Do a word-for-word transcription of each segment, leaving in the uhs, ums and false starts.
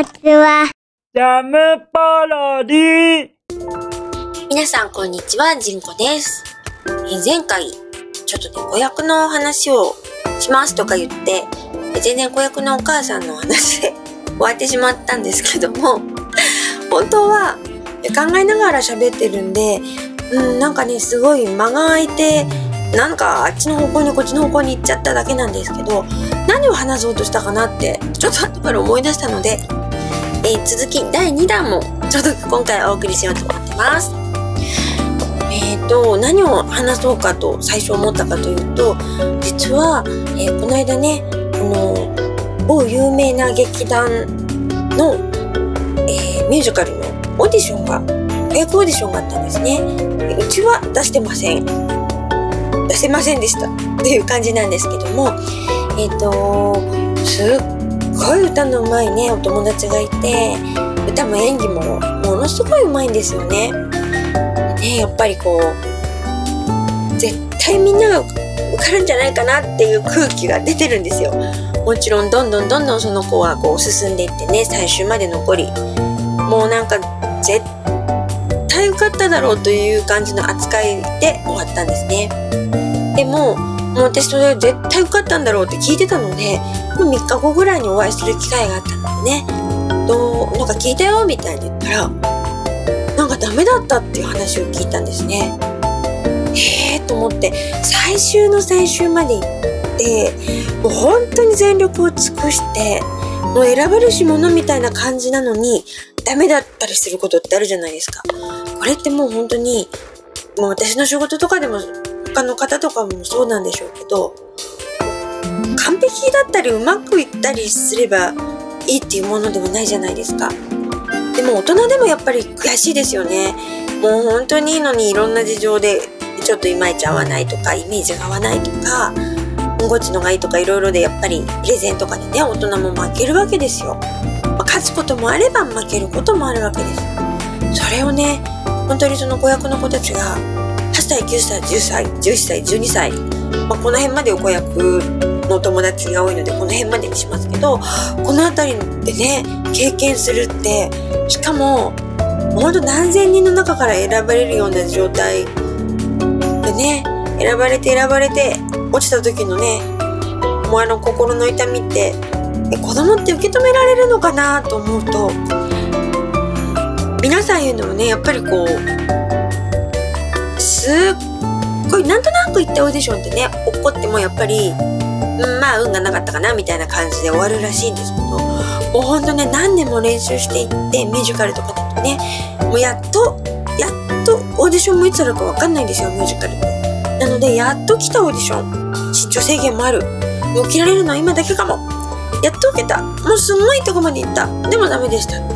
ちは。 ジャムパロディ。 皆さんこんにちは、ジンコです。えー、前回ちょっとね子役の話をしますとか言って全然子役のお母さんの話で終わってしまったんですけども本当は考えながら喋ってるんで、うん、なんかねすごい間が空いてなんかあっちの方向にこっちの方向に行っちゃっただけなんですけど、何を話そうとしたかなってちょっと後から思い出したので、えー、続きだいにだんもちょっと今回お送りしようと思ってます。えーと何を話そうかと最初思ったかというと、実は、えー、この間ねあの某有名な劇団の、えー、ミュージカルのオーディションが子役オーディションがあったんですね。うちは出してません出せませんでしたっていう感じなんですけども、えっとすっごい歌の上手いねお友達がいて、歌も演技もものすごい上手いんですよね。ね、やっぱりこう絶対みんなが受かるんじゃないかなっていう空気が出てるんですよ。もちろんどんどんどんどんその子はこう進んでいってね、最終まで残り、もうなんか絶対受かっただろうという感じの扱いで終わったんですね。でも、もう私それ絶対受かったんだろうって聞いてたので、もうみっかごぐらいにお会いする機会があったのでね、どうなんか聞いたよみたいに言ったら、なんかダメだったっていう話を聞いたんですね。へーと思って、最終の最終まで行ってもう本当に全力を尽くしてもう選ばれし者みたいな感じなのにダメだったりすることってあるじゃないですか。これってもう本当にもう私の仕事とかでも他の方とかもそうなんでしょうけど、完璧だったりうまくいったりすればいいっていうものでもないじゃないですか。でも大人でもやっぱり悔しいですよね。もう本当にいいのにいろんな事情でちょっといまいち合わないとか、イメージが合わないとか、こっちのがいいとかいろいろでやっぱりプレゼンとかでね大人も負けるわけですよ。まあ、勝つこともあれば負けることもあるわけです。それをね本当にその子役の子たちがはっさい、きゅうさい、じゅっさい、じゅういっさい、じゅうにさい、まあ、この辺までお子役の友達が多いのでこの辺までにしますけど、この辺りでね経験するって、しかもほんと何千人の中から選ばれるような状態でね、選ばれて選ばれて落ちた時のねもうあの心の痛みってえ子供って受け止められるのかなと思うと、皆さん言うのもねやっぱりこうすっごいなんとなく言ったオーディションってね怒ってもやっぱり、うん、まあ運がなかったかなみたいな感じで終わるらしいんですけど、もうほんとね何年も練習していってミュージカルとかだとねもうやっとやっとオーディションもいつあるか分かんないんですよミュージカルって。なのでやっと来たオーディション、身長制限もある、受けられるのは今だけかも、やっと受けた、もうすごいとこまで行った、でもダメでしたって、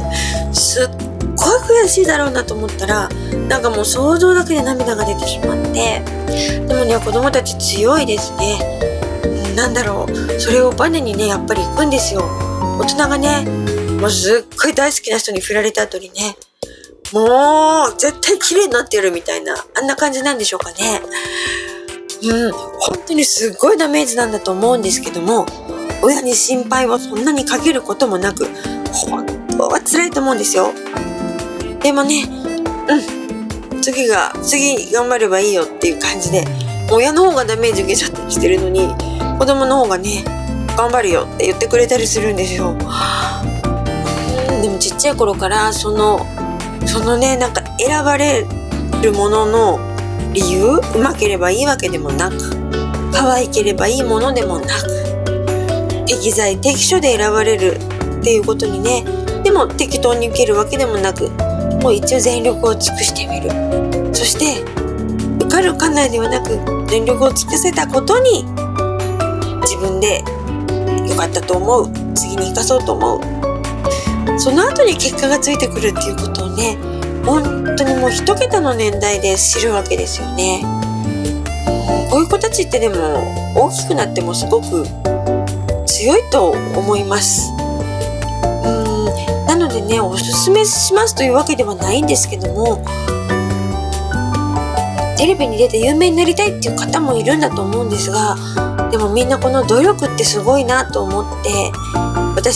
すっごい悔しいだろうなと思ったらなんかもう想像だけで涙が出てしまって、でもね子供たち強いですね。なんだろう、それをバネにねやっぱり行くんですよ。大人がねもうすっごい大好きな人に振られた後にねもう絶対綺麗になってやるみたいな、あんな感じなんでしょうかね。うん、本当にすっごいダメージなんだと思うんですけども、親に心配をそんなにかけることもなく本当は辛いと思うんですよ。でもね、うん、次が次頑張ればいいよっていう感じで、親の方がダメージ受けちゃったりしてるのに子供の方がね頑張るよって言ってくれたりするんですよ。うん、でもちっちゃい頃からそのそのねなんか選ばれるものの理由、うまければいいわけでもなく、可愛ければいいものでもなく、適材適所で選ばれるっていうことにね、でも適当に受けるわけでもなく、もう一応全力を尽くしてみる。そして受かる受かんないではなく全力を尽くせたことに自分で良かったと思う、次に生かそうと思う、その後に結果がついてくるっていうことをね本当にもう一桁の年代で知るわけですよね。こういう子たちってでも大きくなってもすごく強いと思います。うーんなのでねおすすめしますというわけではないんですけども、テレビに出て有名になりたいっていう方もいるんだと思うんですが、でもみんなこの努力ってすごいなと思って、私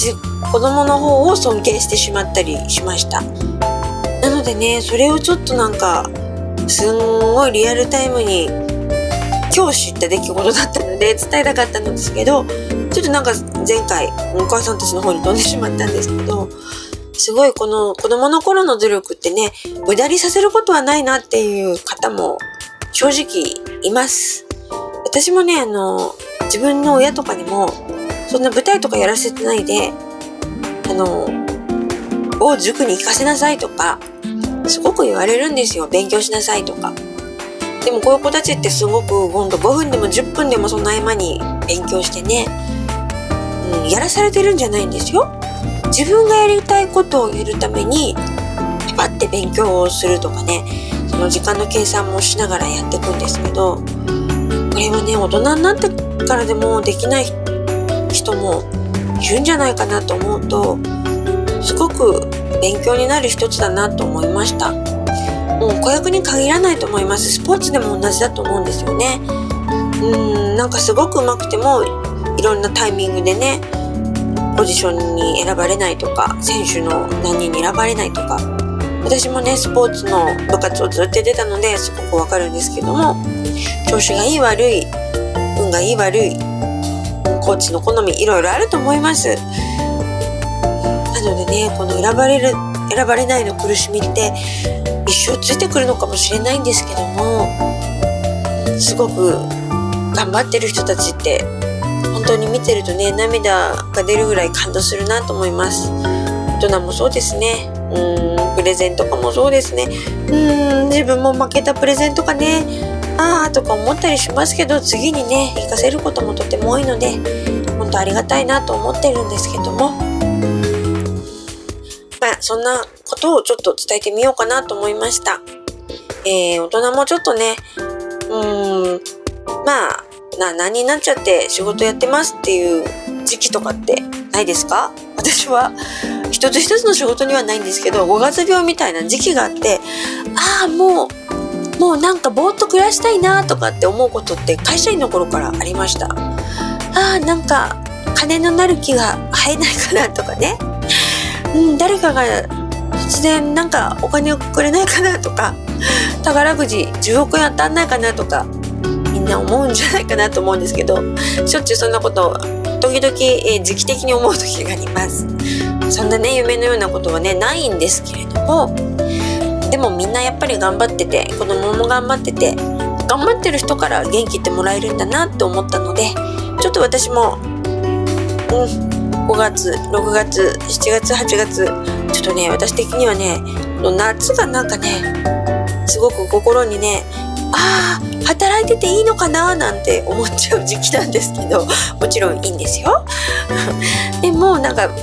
子供の方を尊敬してしまったりしました。なのでね、それをちょっとなんかすんごいリアルタイムに今日知った出来事だったので伝えたかったんですけど、ちょっとなんか前回お母さんたちの方に飛んでしまったんですけど、すごいこの子供の頃の努力ってね、無駄にさせることはないなっていう方も正直います。私もね、あの自分の親とかにもそんな舞台とかやらせてないで、あのを塾に行かせなさいとかすごく言われるんですよ。勉強しなさいとか。でもこういう子たちってすごくほんとごふんでもじゅっぷんでもその合間に勉強してね、うん、やらされてるんじゃないんですよ。自分がやりたいことをやるためにバッて勉強をするとかね、その時間の計算もしながらやっていくんですけど、これはね、大人になってからでもできない人もいるんじゃないかなと思うと、すごく勉強になる一つだなと思いました。もう子役に限らないと思います。スポーツでも同じだと思うんですよね。うーん、なんかすごく上手くてもいろんなタイミングでね、ポジションに選ばれないとか、選手の何人に選ばれないとか、私もねスポーツの部活をずっとやってたのですごくわかるんですけども、調子がいい悪い、運がいい悪い、コーチの好みいろいろあると思います。なのでね、この選ばれる選ばれないの苦しみって一生ついてくるのかもしれないんですけども、すごく頑張ってる人たちって本当に見てるとね、涙が出るぐらい感動するなと思います。大人もそうですね。うーん、プレゼントとかもそうですね。うーん、自分も負けたプレゼントとかね、あーとか思ったりしますけど、次にね活かせることもとても多いので本当ありがたいなと思ってるんですけども、まあそんなことをちょっと伝えてみようかなと思いました。えー、大人もちょっとね、うーん、まあな何になっちゃって仕事やってますっていう時期とかってないですか？私は一つ一つの仕事にはないんですけど、ごがつ病みたいな時期があって、ああもうもうなんかぼーっと暮らしたいなとかって思うことって会社員の頃からありました。ああなんか金のなる木が生えないかなとかね、うん、誰かが突然なんかお金をくれないかなとか、宝くじじゅうおくえん当たんないかなとかみんな思うんじゃないかなと思うんですけど、しょっちゅうそんなことを時々、えー、時期的に思う時があります。そんなね夢のようなことはねないんですけれども、でもみんなやっぱり頑張ってて、子供も頑張ってて、頑張ってる人から元気ってもらえるんだなって思ったので、ちょっと私もうんごがつろくがつしちがつはちがつ、ちょっとね私的にはね夏がなんかねすごく心にね、あー働いてていいのかななんて思っちゃう時期なんですけど、もちろんいいんですよでもなんか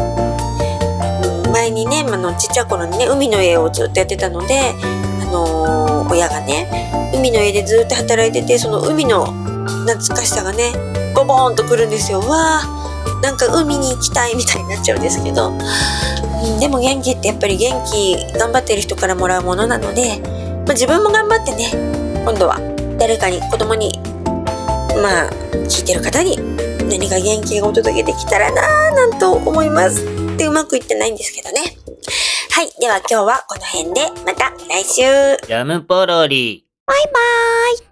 前にね、あのちっちゃい頃にね海の家をずっとやってたので、あのー、親がね海の家でずっと働いてて、その海の懐かしさがねボボーンとくるんですよ。わーなんか海に行きたいみたいになっちゃうんですけど、うん、でも元気ってやっぱり元気頑張ってる人からもらうものなので、まあ、自分も頑張ってね、今度は誰かに子供にまあ聞いてる方に何か元気がお届けできたらなーなんと思います。でうまくいってないんですけどね。はい、では今日はこの辺で、また来週。 ジャムポロリ。 バイバーイ。